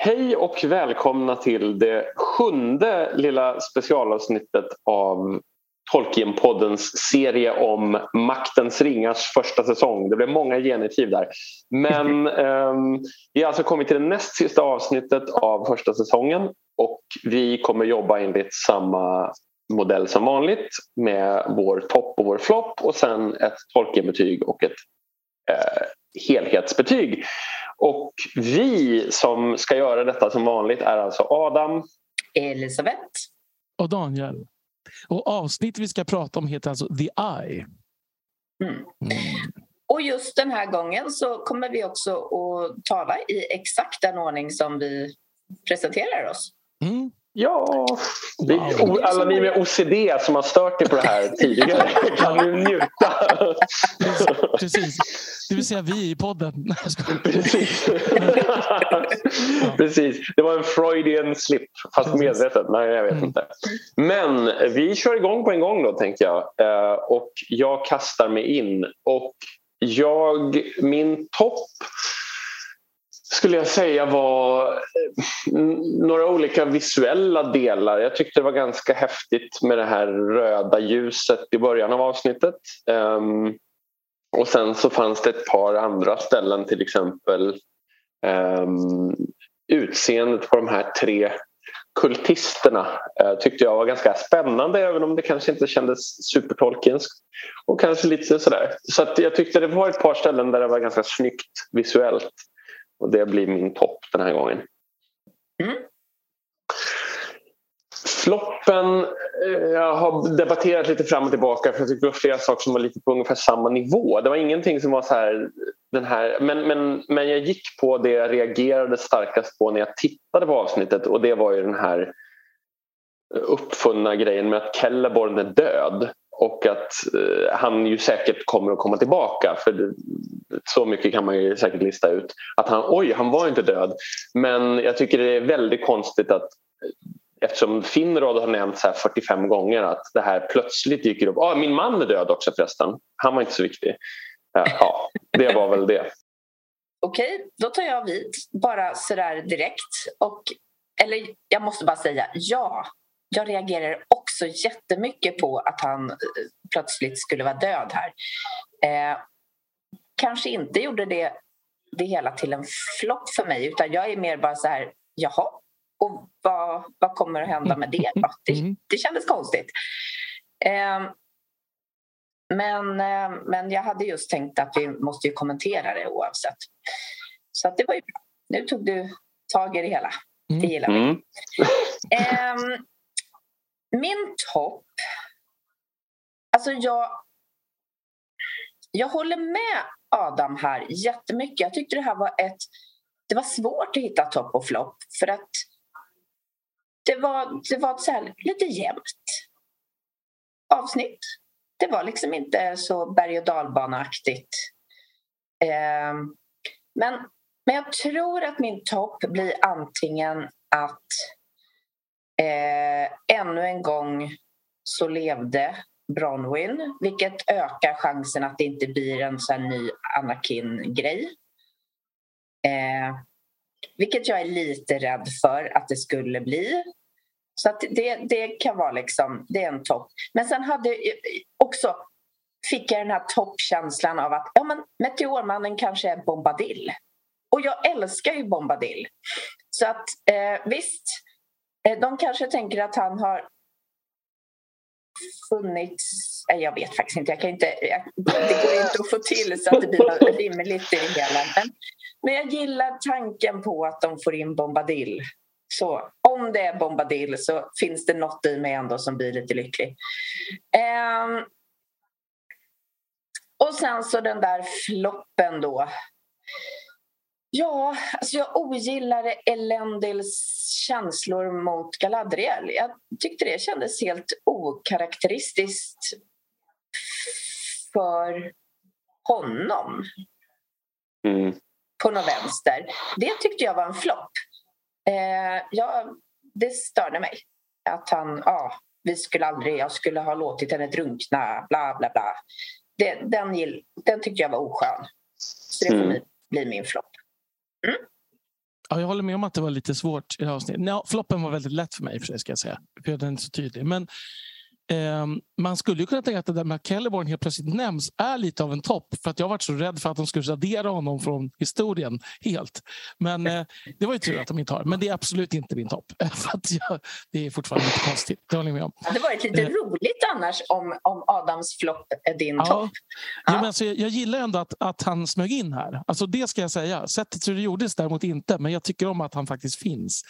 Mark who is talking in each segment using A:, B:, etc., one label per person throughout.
A: Hej och välkomna till det 7:e lilla specialavsnittet av Tolkien-poddens serie om Maktens ringars första säsong. Det blev många genitiv där. Men vi har alltså kommit till det näst sista avsnittet av första säsongen och vi kommer jobba enligt samma modell som vanligt med vår topp och vår flopp och sen ett Tolkien-betyg och ett helhetsbetyg. Och vi som ska göra detta som vanligt är alltså Adam,
B: Elisabeth
C: och Daniel. Och avsnitt vi ska prata om heter alltså The Eye.
B: Och just den här gången så kommer vi också att tala i exakt den ordning som vi presenterar oss.
A: Ja, alla ni med OCD som har stört er på det här tidigare kan nu njuta.
C: Precis. Det vill säga vi i podden.
A: Precis. Det var en Freudian slip, fast medvetet. Nej, jag vet inte. Men vi kör igång på en gång då, tänker jag. Och jag kastar mig in. Och min topp skulle jag säga var några olika visuella delar. Jag tyckte det var ganska häftigt med det här röda ljuset i början av avsnittet. Och sen så fanns det ett par andra ställen, till exempel utseendet på de här 3 kultisterna tyckte jag var ganska spännande, även om det kanske inte kändes supertolkienskt och kanske lite sådär. Så att jag tyckte det var ett par ställen där det var ganska snyggt visuellt. Och det blir min topp den här gången. Floppen, jag har debatterat lite fram och tillbaka för jag tycker det var flera saker som var lite på ungefär samma nivå. Det var ingenting som var så här, men jag gick på det jag reagerade starkast på när jag tittade på avsnittet, och det var ju den här uppfunna grejen med att Celeborn är död. Och att han ju säkert kommer att komma tillbaka. För så mycket kan man ju säkert lista ut. Att han var inte död. Men jag tycker det är väldigt konstigt att, eftersom Finrod har nämnt så här 45 gånger, att det här plötsligt dyker upp. Min man är död också förresten. Han var inte så viktig. Ja, det var väl det.
B: Okej, då tar jag vid. Bara sådär direkt. Eller jag måste bara säga ja. Jag reagerar också jättemycket på att han plötsligt skulle vara död här. Kanske inte gjorde det hela till en flopp för mig, utan jag är mer bara så här, jaha, och vad kommer att hända med det? Det kändes konstigt. Men jag hade just tänkt att vi måste ju kommentera det oavsett. Så att det var ju bra. Nu tog du tag i det hela. Det gillar vi. Min topp, alltså jag håller med Adam här jättemycket. Jag tyckte det här var det var svårt att hitta topp och flopp, för att det var så här lite jämnt avsnitt. Det var liksom inte så berg- och dalbaneaktigt. Men jag tror att min topp blir antingen att ännu en gång så levde Bronwyn, vilket ökar chansen att det inte blir en sån här ny Anakin-grej. Vilket jag är lite rädd för att det skulle bli. Så att det kan vara liksom, det är en topp. Men sen fick jag den här toppkänslan av att Meteormannen kanske är Bombadil. Och jag älskar ju Bombadil. Så att visst, de kanske tänker att han har funnits. Jag vet faktiskt inte. Det går inte att få till så att det blir rimligt i det hela. Men jag gillar tanken på att de får in Bombadil. Så om det är Bombadil så finns det något i mig ändå som blir lite lycklig. Och sen så den där floppen då. Ja, alltså jag ogillade Elendils känslor mot Galadriel. Jag tyckte det kändes helt okaraktäristiskt för honom. På något vänster. Det tyckte jag var en flopp. Det störde mig. Att jag skulle ha låtit henne drunkna, bla bla bla. Den tyckte jag var oskön. Så det får bli min flopp.
C: Ja, jag håller med om att det var lite svårt i det här avsnittet. Floppen var väldigt lätt för mig, för det ska jag säga. För den är inte så tydlig. Men man skulle ju kunna tänka att det där med Celeborn helt plötsligt nämns är lite av en topp. För att jag har varit så rädd för att de skulle radera honom från historien helt. Men det var ju tur att de inte har. Men det är absolut inte min topp. För att det är fortfarande lite konstigt. Det håller jag med om.
B: Det var lite roligt annars om Adams flopp är din topp.
C: Ja, men alltså, jag gillar ändå att han smög in här. Alltså det ska jag säga. Sättet hur det gjordes däremot inte. Men jag tycker om att han faktiskt finns.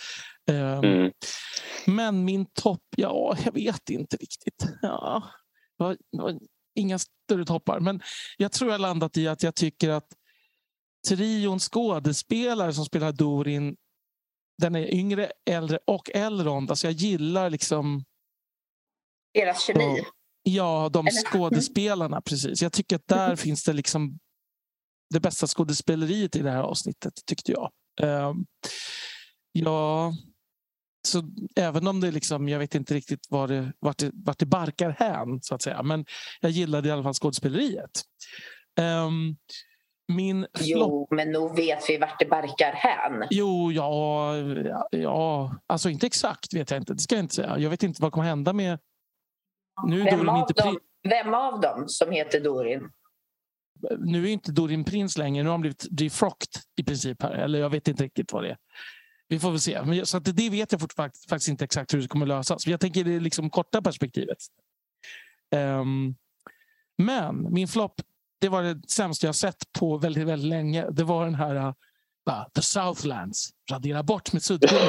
C: Men min topp, jag vet inte riktigt. Ja, det var inga större toppar. Men jag tror jag landat i att jag tycker att trion skådespelare som spelar Dorin, den är yngre, äldre och Elrond. Alltså jag gillar liksom
B: deras kemi.
C: Ja, de skådespelarna, precis. Jag tycker att där finns det liksom det bästa skådespeleriet i det här avsnittet, tyckte jag. Ja, så även om det liksom, jag vet inte riktigt vart det barkar hän, så att säga. Men jag gillade i alla fall skådespeleriet.
B: Men nog vet vi vart det barkar hän.
C: Jo, ja. Alltså inte exakt vet jag inte. Det ska jag inte säga. Jag vet inte vad kommer hända med... Nu är
B: Vem av dem som heter Dorin?
C: Nu är inte Dorin prins längre. Nu har han blivit defrocked i princip här. Eller jag vet inte riktigt vad det är. Vi får väl se. Så att det vet jag faktiskt inte exakt hur det kommer lösas. Jag tänker det liksom korta perspektivet. Men min flopp, det var det sämsta jag sett på väldigt, väldigt länge. Det var den här The Southlands. Radera bort med suddgummi.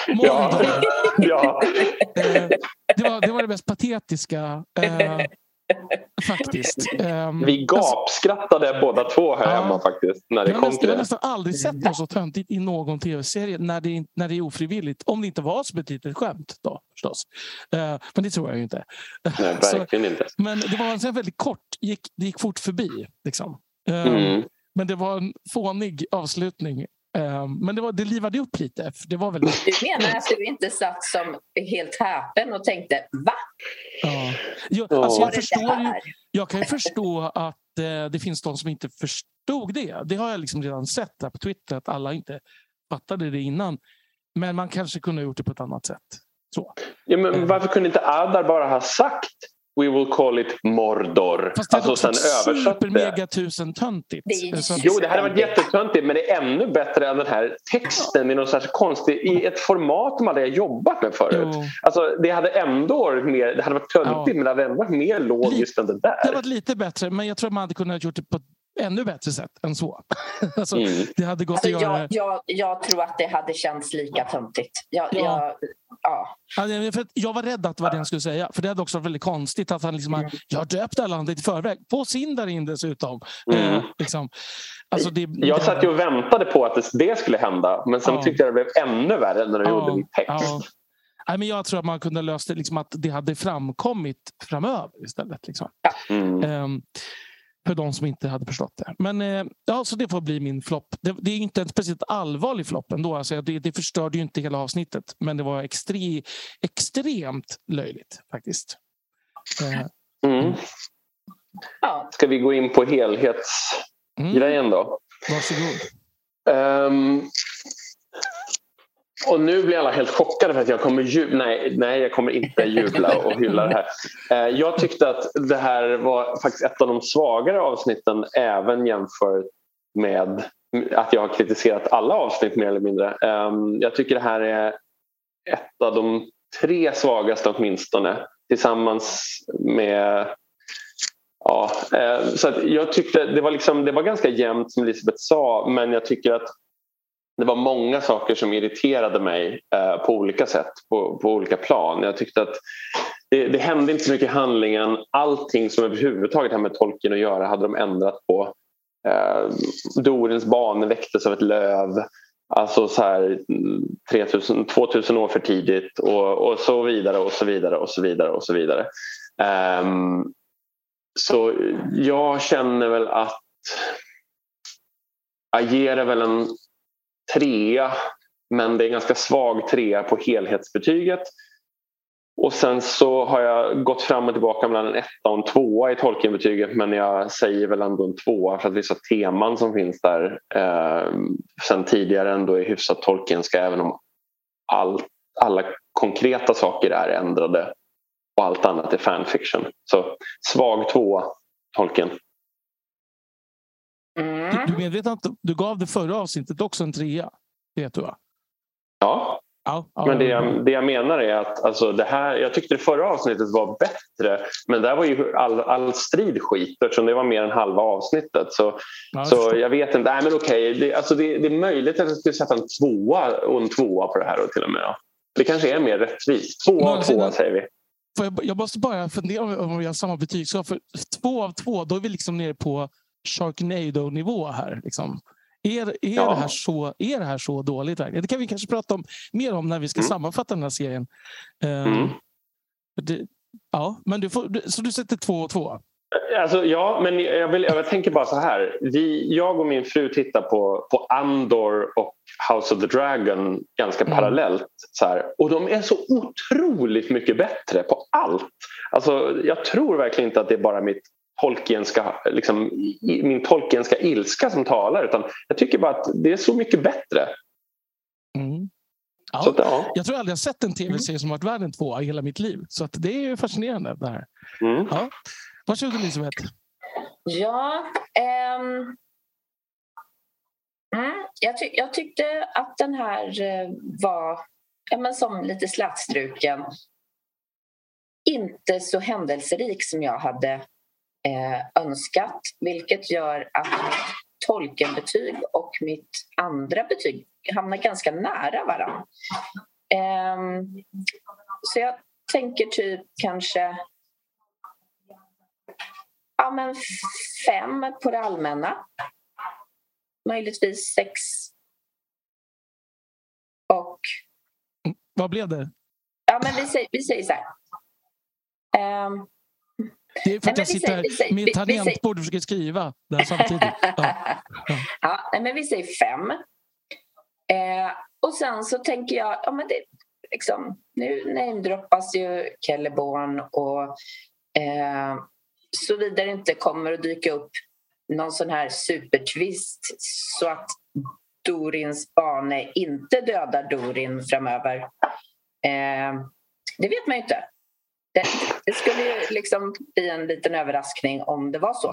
A: Ja.
C: Det var det mest patetiska faktiskt.
A: Vi gapskrattade båda två här hemma faktiskt. När det kom till
C: jag har nästan aldrig sett något så töntigt i någon tv-serie när det är ofrivilligt. Om det inte var som ett litet skämt då förstås. Men det tror jag ju inte.
A: Nej, verkligen inte.
C: Men det var en väldigt kort, det gick fort förbi liksom. Men det var en fånig avslutning. Men det livade upp lite. Det var väl...
B: Du menar att du inte satt som helt häpen och tänkte, va?
C: Ja. Alltså jag kan ju förstå att det finns de som inte förstod det. Det har jag liksom redan sett där på Twitter, att alla inte fattade det innan. Men man kanske kunde ha gjort det på ett annat sätt. Så.
A: Ja, men varför kunde inte Adar bara ha sagt We will call it Mordor?
C: Fast det är
A: alltså,
C: också super-mega tusen töntigt.
A: Jo, det hade varit jättetöntigt, men det är ännu bättre än den här texten i något särskilt konstigt, i ett format man hade jobbat med förut. Alltså, det hade varit töntigt, men det hade ändå varit mer logiskt än det där. Det
C: hade varit lite bättre, men jag tror man hade kunnat gjort det på ett ännu bättre sätt än så. Alltså, det hade gått att göra.
B: Jag tror att det hade känts lika töntigt.
C: För att jag var rädd att det var det han skulle säga. För det hade också varit väldigt konstigt att han liksom jag har döpt det här landet i förväg. På Sindarin dessutom. Liksom. Alltså
A: jag satt ju och väntade på att det skulle hända. Men sen tyckte jag det blev ännu värre när de gjorde min text.
C: Nej, men jag tror att man kunde lösa det liksom, att det hade framkommit framöver istället. Liksom. För de som inte hade förstått det. Men så det får bli min flopp. Det är inte en speciellt allvarlig flopp ändå. Alltså, det förstörde ju inte hela avsnittet. Men det var extremt löjligt faktiskt.
A: Ska vi gå in på helhetsgrejen då?
C: Varsågod.
A: Och nu blir alla helt chockade för att jag kommer Nej, jag kommer inte jubla och hylla det här. Jag tyckte att det här var faktiskt ett av de svagare avsnitten, även jämfört med att jag har kritiserat alla avsnitt mer eller mindre. Jag tycker det här är ett av de 3 svagaste åtminstone, tillsammans med så att jag tyckte det var ganska jämnt som Elisabeth sa, men jag tycker att det var många saker som irriterade mig på olika sätt, på olika plan. Jag tyckte att det hände inte så mycket i handlingen. Allting som överhuvudtaget har med Tolkien att göra hade de ändrat på. Dorins barn väcktes av ett löv. Alltså så här 2000 år för tidigt och så vidare och så vidare och så vidare och så vidare. Så jag känner väl att jag ger det väl en 3, men det är en ganska svag 3 på helhetsbetyget. Och sen så har jag gått fram och tillbaka mellan en 1 och en 2 i Tolkien-betyget, men jag säger väl ändå en 2 för att vissa teman som finns där sen tidigare ändå är hyfsat Tolkienska, även om alla konkreta saker är ändrade och allt annat är fanfiction. Så svag 2 Tolkien.
C: Du är medveten att du gav det förra avsnittet också en 3, vet du va?
A: Ja. Men det jag menar är att alltså det här, jag tyckte det förra avsnittet var bättre, men där var ju all strid skit eftersom det var mer än halva avsnittet. Så jag vet inte. Nej, men okej. Det är möjligt att jag skulle sätta en 2 och en 2 på det här då, till och med. Det kanske är mer rättvist. 2 av 2 säger vi.
C: Jag måste bara fundera om vi har samma betyg. Så för 2 av 2, då är vi liksom nere på Sharknado-nivå här. Liksom. Är det här så dåligt? Det kan vi kanske prata mer om när vi ska sammanfatta den här serien. Men så du sätter 2 och 2?
A: Alltså, ja, men jag tänker bara så här. Jag och min fru tittar på Andor och House of the Dragon ganska parallellt. Så här, och de är så otroligt mycket bättre på allt. Alltså, jag tror verkligen inte att det är bara min tolkienska ilska som talar, utan jag tycker bara att det är så mycket bättre.
C: Ja, jag tror aldrig jag sett en tv-serie som varit värd en 2 i hela mitt liv. Så att det är ju fascinerande det här. Ja. Varsågod Elisabeth.
B: Ja, jag tyckte att den här var som lite slattstruken. Inte så händelserik som jag hade önskat, vilket gör att mitt Tolkien-betyg och mitt andra betyg hamnar ganska nära varandra. Så jag tänker typ kanske 5 på det allmänna. Möjligtvis 6. Och
C: vad blev det?
B: Ja, men vi säger så här.
C: Det är för att jag sitter här med tangentbord och försöker skriva där samtidigt.
B: Men vi säger 5. Och sen så tänker jag, men det liksom, nu namedroppas ju Celeborn och såvida det inte kommer att dyka upp någon sån här supertvist så att Dorins bane inte dödar Dorin framöver. Det vet man ju inte. Det skulle ju liksom bli en liten överraskning om det var så.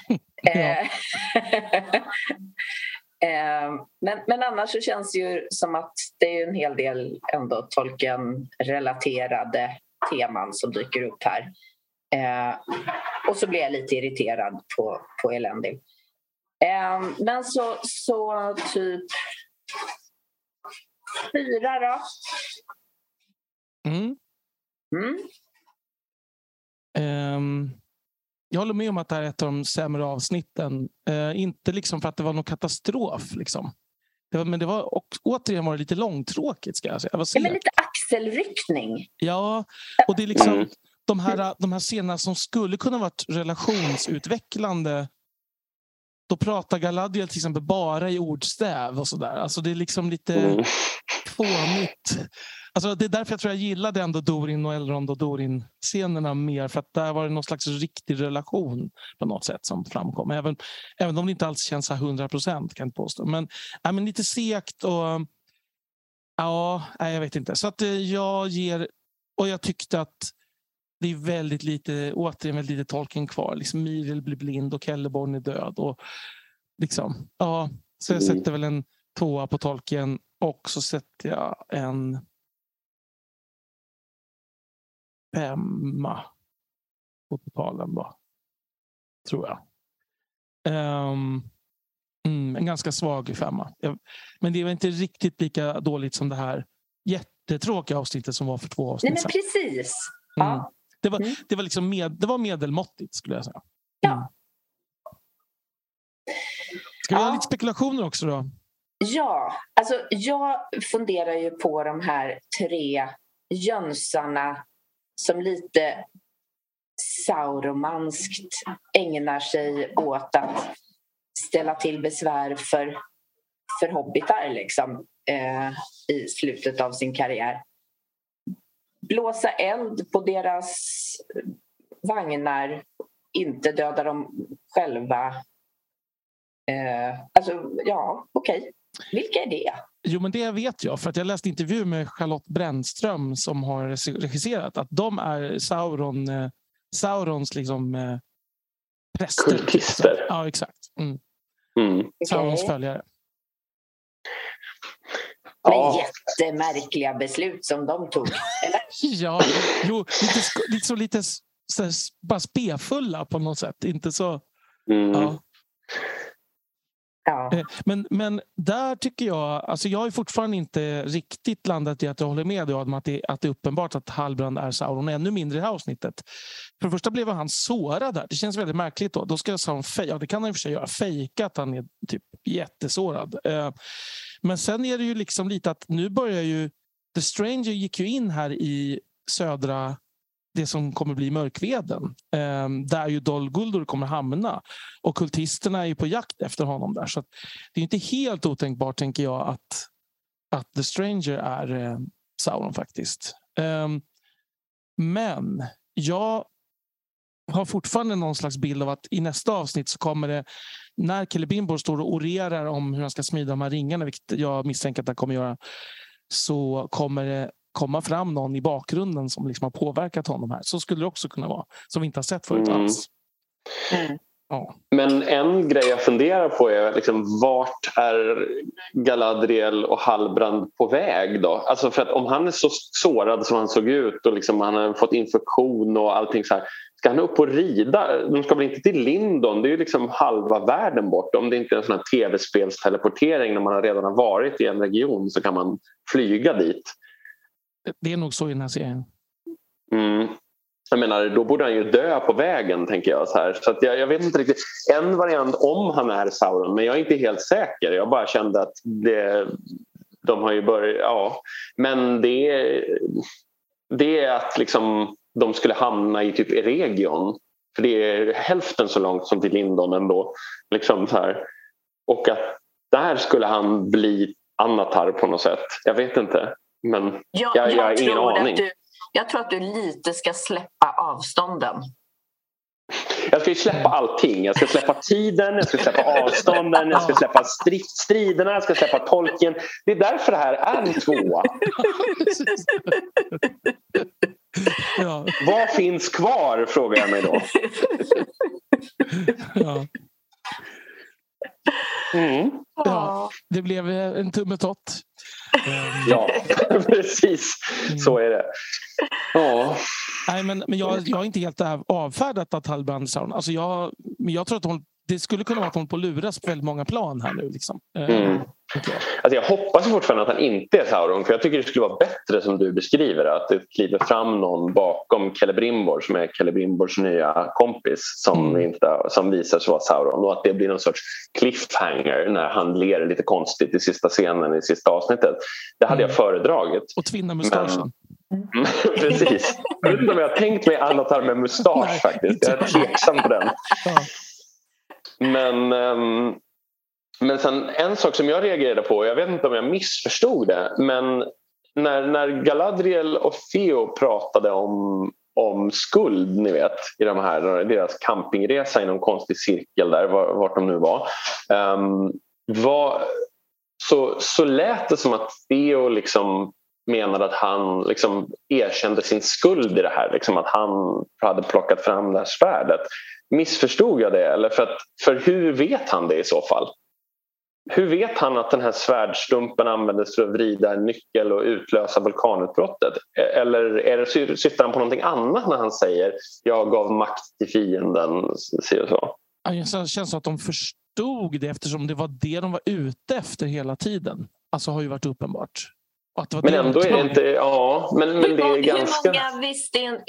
B: Men annars så känns det ju som att det är en hel del ändå Tolkien-relaterade teman som dyker upp här. Och så blir jag lite irriterad på Elendil. Men så typ 4 då.
C: Jag håller med om att det här är ett av de sämre avsnitten. Inte liksom för att det var någon katastrof. Liksom. Men det var återigen var det lite långtråkigt, ska jag säga.
B: Men lite axelryckning.
C: Ja, och det är liksom de här scenerna som skulle kunna varit relationsutvecklande. Då pratar Galadriel till exempel bara i ordstäv och sådär. Alltså det är liksom lite fånigt. Alltså det är därför jag tror jag gillade ändå Dorin och Elrond och Dorin-scenerna mer. För att där var det någon slags riktig relation på något sätt som framkom. Även om det inte alls känns 100%, kan jag påstå. Men lite segt och... Ja, jag vet inte. Så att jag ger... Och jag tyckte att det är väldigt lite Tolkien kvar. Liksom Miriel blir blind och Celeborn är död. Och liksom, ja, så jag sätter väl en 2 på Tolkien. Och så sätter jag en 5 på totalen då. Tror jag. En ganska svag 5. Men det var inte riktigt lika dåligt som det här jättetråkiga avsnittet som var för 2 avsnitt.
B: Nej, men precis. Ja.
C: Det var liksom det var medelmåttigt, skulle jag säga.
B: Ja.
C: Ska vi ha lite spekulationer också då?
B: Ja, alltså jag funderar ju på de här 3 jönsarna som lite sauromanskt ägnar sig åt att ställa till besvär för hobbitar liksom, i slutet av sin karriär. blåsa eld på deras vagnar, inte döda dem själva. Alltså, ja, okej. Vilka är det?
C: Jo, men det vet jag. För att jag läste intervju med Charlotte Brännström som har regisserat. Att de är Saurons liksom präster.
A: Kultister.
C: Ja, exakt.
B: Okay.
C: Saurons följare.
B: Men jättemärkliga beslut som de tog, eller?
C: Ja, jo, lite så bara spefulla på något sätt. Inte så... Ja.
B: Ja.
C: Men där tycker jag, alltså jag har fortfarande inte riktigt landat i att jag håller med om att det är uppenbart att Halbrand är Sauron, ännu mindre i det här avsnittet. För det första blev han sårad där. Det känns väldigt märkligt då. Då ska Sauron det kan han i och för sig göra, fejka att han är typ jättesårad. Men sen är det ju liksom lite att nu börjar ju The Stranger gick ju in här i södra, det som kommer bli Mörkveden, där ju Dol Guldur kommer hamna, och kultisterna är ju på jakt efter honom där, så att det är inte helt otänkbart, tänker jag, att The Stranger är Sauron faktiskt. Men jag har fortfarande någon slags bild av att i nästa avsnitt så kommer det, när Celebrimbor står och orerar om hur han ska smida de här ringarna, vilket jag misstänker att han kommer göra, så kommer det komma fram någon i bakgrunden som liksom har påverkat honom här. Så skulle det också kunna vara, som vi inte har sett förut alls. Ja.
A: Men en grej jag funderar på är liksom, vart är Galadriel och Halbrand på väg då? Alltså för att om han är så sårad som han såg ut och liksom han har fått infektion och allting så här, ska han upp och rida? De ska väl inte till Lindon? Det är ju liksom halva världen bort. Om det inte är en sån här tv-spelsteleportering när man redan har varit i en region, så kan man flyga dit.
C: Det är nog så i den här serien.
A: Jag menar, då borde han ju dö på vägen, tänker jag. Så att jag vet inte riktigt. En variant om han är Sauron, men jag är inte helt säker. Jag bara kände att de har ju börjat... Ja. Men det är att liksom, de skulle hamna i typ Eregion. För det är hälften så långt som till Lindon ändå. Liksom så här. Och att där skulle han bli Anatar på något sätt. Jag vet inte. Men jag har ingen aning.
B: Jag tror att du lite ska släppa avstånden.
A: Jag ska ju släppa allting. Jag ska släppa tiden, jag ska släppa avstånden, jag ska släppa striderna, jag ska släppa tolken. Det är därför det här är en tvåa.
C: Ja.
A: Vad finns kvar, frågar jag mig då.
C: Ja. Ja, det blev en tummetott.
A: Ja, precis. Så är det. Ja.
C: Nej, men jag är inte helt avfärdat att Halbrand Sauron. Alltså jag tror att det skulle kunna vara att hon på luras på väldigt många plan här nu. Liksom.
A: Alltså jag hoppas fortfarande att han inte är Sauron, för jag tycker det skulle vara bättre som du beskriver, att det kliver fram någon bakom Celebrimbor som är Celebrimbors nya kompis som visar sig vara Sauron, och att det blir någon sorts cliffhanger när han ler lite konstigt i sista scenen i sista avsnittet. Det hade jag föredragit.
C: Och tvinna mustaschen.
A: Precis. Jag vet inte om jag har tänkt mig Anatar med mustasch faktiskt. Jag är tveksam på den. Men sen en sak som jag reagerade på, jag vet inte om jag missförstod det, men när Galadriel och Theo pratade om skuld, ni vet, i de här, deras campingresa i någon konstig cirkel där, vart de nu var, så lät det som att Theo liksom menade att han liksom erkände sin skuld i det här, liksom att han hade plockat fram det här svärdet. Missförstod jag det? Eller för hur vet han det i så fall? Hur vet han att den här svärdstumpen användes för att vrida en nyckel och utlösa vulkanutbrottet? Eller syftar han på någonting annat när han säger jag gav makt till fienden? Så?
C: Det känns som att de förstod det, eftersom det var det de var ute efter hela tiden. Alltså har ju varit uppenbart.
A: Men ändå är det inte... Ja, men det är ganska...
B: Hur många visste...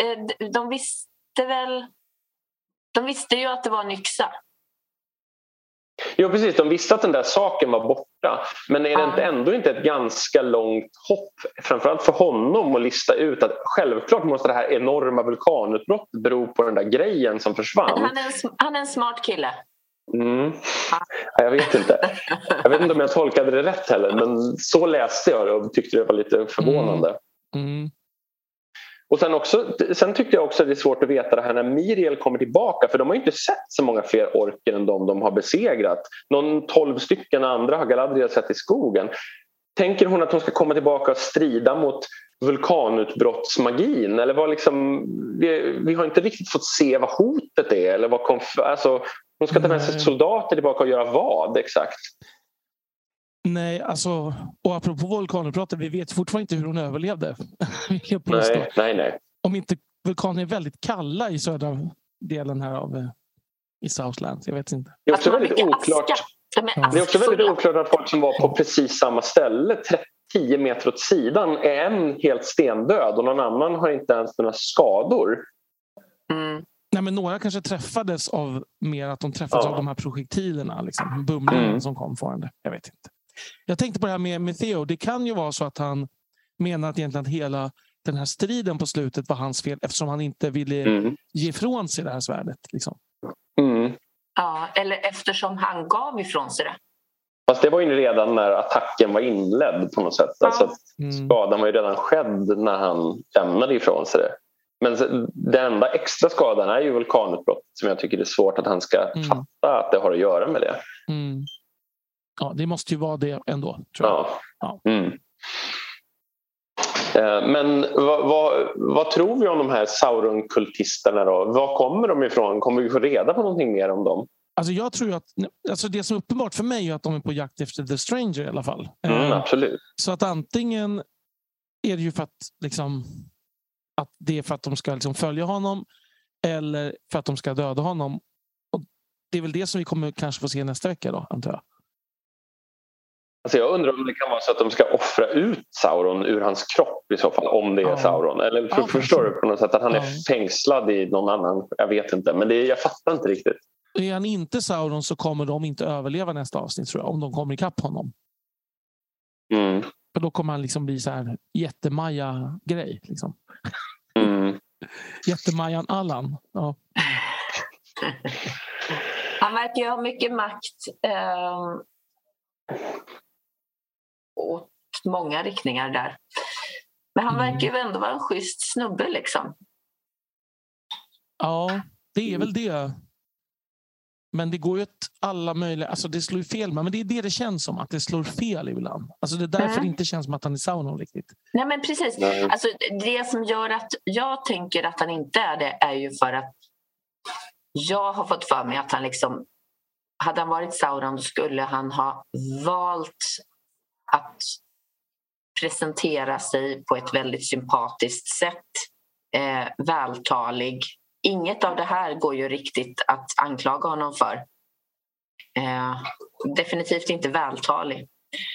B: De visste ju att det var en yxa.
A: Jo, precis. De visste att den där saken var borta. Men är det ändå inte ett ganska långt hopp, framförallt för honom, att lista ut att självklart måste det här enorma vulkanutbrottet bero på den där grejen som försvann.
B: Han är en smart kille.
A: Jag vet inte. Jag vet inte om jag tolkade det rätt heller, men så läste jag det och tyckte det var lite förvånande. Och sen tyckte jag också att det är svårt att veta det här när Miriel kommer tillbaka, för de har ju inte sett så många fler orker än de har besegrat. 12 stycken andra har Galadriel sett i skogen. Tänker hon att hon ska komma tillbaka och strida mot vulkanutbrottsmagin? Eller vad liksom, vi har inte riktigt fått se vad hotet är. Eller hon ska ta med sig soldater tillbaka och göra vad exakt?
C: Nej, alltså, och apropå vulkanutbrottet, vi vet fortfarande inte hur hon överlevde.
A: Nej.
C: Om inte vulkaner är väldigt kalla i södra delen här av i Southland, jag vet inte.
A: Det är också väldigt oklart. Det är också väldigt oklart att folk som var på precis samma ställe 10 meter åt sidan är en helt stendöd och någon annan har inte ens några skador.
C: Nej, men några kanske träffades av mer att de träffades av de här projektilerna, liksom, bumlingen som kom forande. Jag vet inte. Jag tänkte på det här med Theo. Det kan ju vara så att han menar att egentligen hela den här striden på slutet var hans fel eftersom han inte ville ge ifrån sig det här svärdet. Liksom.
B: Ja, eller eftersom han gav ifrån sig det.
A: Fast det var ju redan när attacken var inledd på något sätt. Ja. Alltså skadan var ju redan skedd när han lämnade ifrån sig det. Men den enda extra skadan är ju vulkanutbrott som jag tycker det är svårt att han ska fatta att det har att göra med det.
C: Ja, det måste ju vara det ändå, tror jag. Ja.
A: Men vad tror vi om de här Sauron-kultisterna då? Var kommer de ifrån? Kommer vi få reda på någonting mer om dem?
C: Alltså jag tror att det som är uppenbart för mig är att de är på jakt efter The Stranger i alla fall.
A: Absolut.
C: Så att antingen är det ju för att liksom att det är för att de ska liksom följa honom eller för att de ska döda honom. Och det är väl det som vi kommer kanske få se nästa vecka då, antar jag.
A: Alltså jag undrar om det kan vara så att de ska offra ut Sauron ur hans kropp i så fall, om det är Sauron. Eller förstår du på något sätt att han är fängslad i någon annan, jag vet inte. Men jag fattar inte riktigt.
C: Är han inte Sauron så kommer de inte överleva nästa avsnitt, tror jag, om de kommer ikapp honom. För då kommer han liksom bli så här jättemaja-grej. Liksom. Jättemajan Allan. Ja.
B: Han verkar ju ha mycket makt åt många riktningar där. Men han verkar ju ändå vara en schysst snubbe liksom.
C: Ja, det är väl det. Men det går ju åt alla möjliga... Alltså det slår ju fel. Men det är det känns som. Att det slår fel ibland. Alltså det är därför det inte känns som att han är Sauron riktigt.
B: Nej, men precis. Alltså det som gör att jag tänker att han inte är det är ju för att jag har fått för mig att han liksom... Hade han varit Sauron skulle han ha valt att presentera sig på ett väldigt sympatiskt sätt. Vältalig. Inget av det här går ju riktigt att anklaga honom för. Definitivt inte vältalig.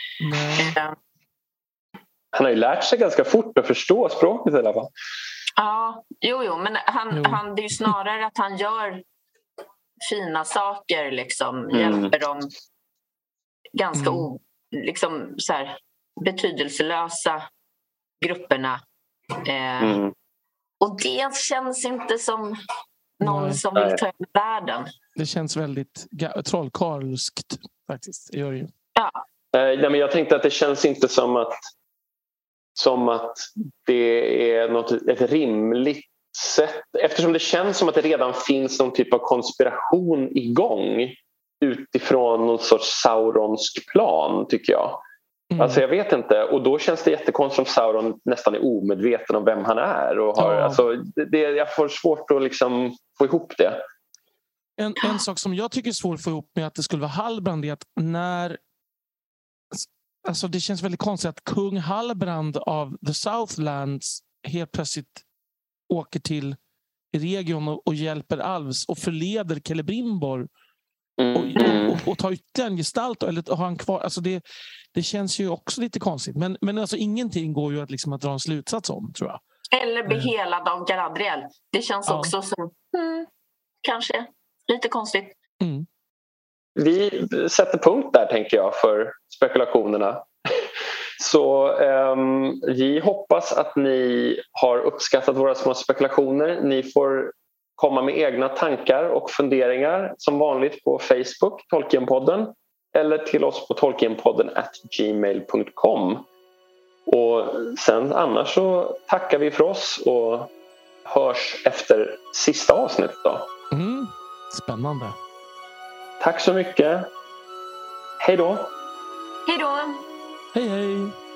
A: Han har ju lärt sig ganska fort att förstå språket i alla fall.
B: Ja, jo, men han det är ju snarare att han gör fina saker liksom, hjälper dem ganska liksom så här betydelselösa grupperna. Och det känns inte som någon som vill ta över världen.
C: Det känns väldigt trollkarlskt faktiskt. Det gör det ju.
B: Ja.
A: Nej, men jag tänkte att det känns inte som att det är ett rimligt sätt. Eftersom det känns som att det redan finns någon typ av konspiration igång utifrån någon sorts Sauronsk plan, tycker jag. Alltså jag vet inte. Och då känns det jättekonstigt om Sauron nästan är omedveten om vem han är. Och alltså, jag får svårt att liksom få ihop det.
C: En sak som jag tycker är svårt att få ihop med att det skulle vara Halbrand är att alltså det känns väldigt konstigt att kung Halbrand av The Southlands helt plötsligt åker till region och hjälper Alvs och förleder Celebrimbor och tar ytterligare en gestalt eller har han kvar. Alltså det känns ju också lite konstigt. Men alltså ingenting går ju att dra en slutsats om, tror jag.
B: Eller bli helad av Galadriel. Det känns också som kanske lite konstigt.
A: Vi sätter punkt där, tänker jag, för spekulationerna. Så vi hoppas att ni har uppskattat våra små spekulationer. Ni får komma med egna tankar och funderingar som vanligt på Facebook, Tolkienpodden, eller till oss på tolkienpodden@gmail.com. Och sen annars så tackar vi för oss och hörs efter sista avsnittet då.
C: Spännande.
A: Tack så mycket. Hej då.
B: Hej då.
C: Hej hej.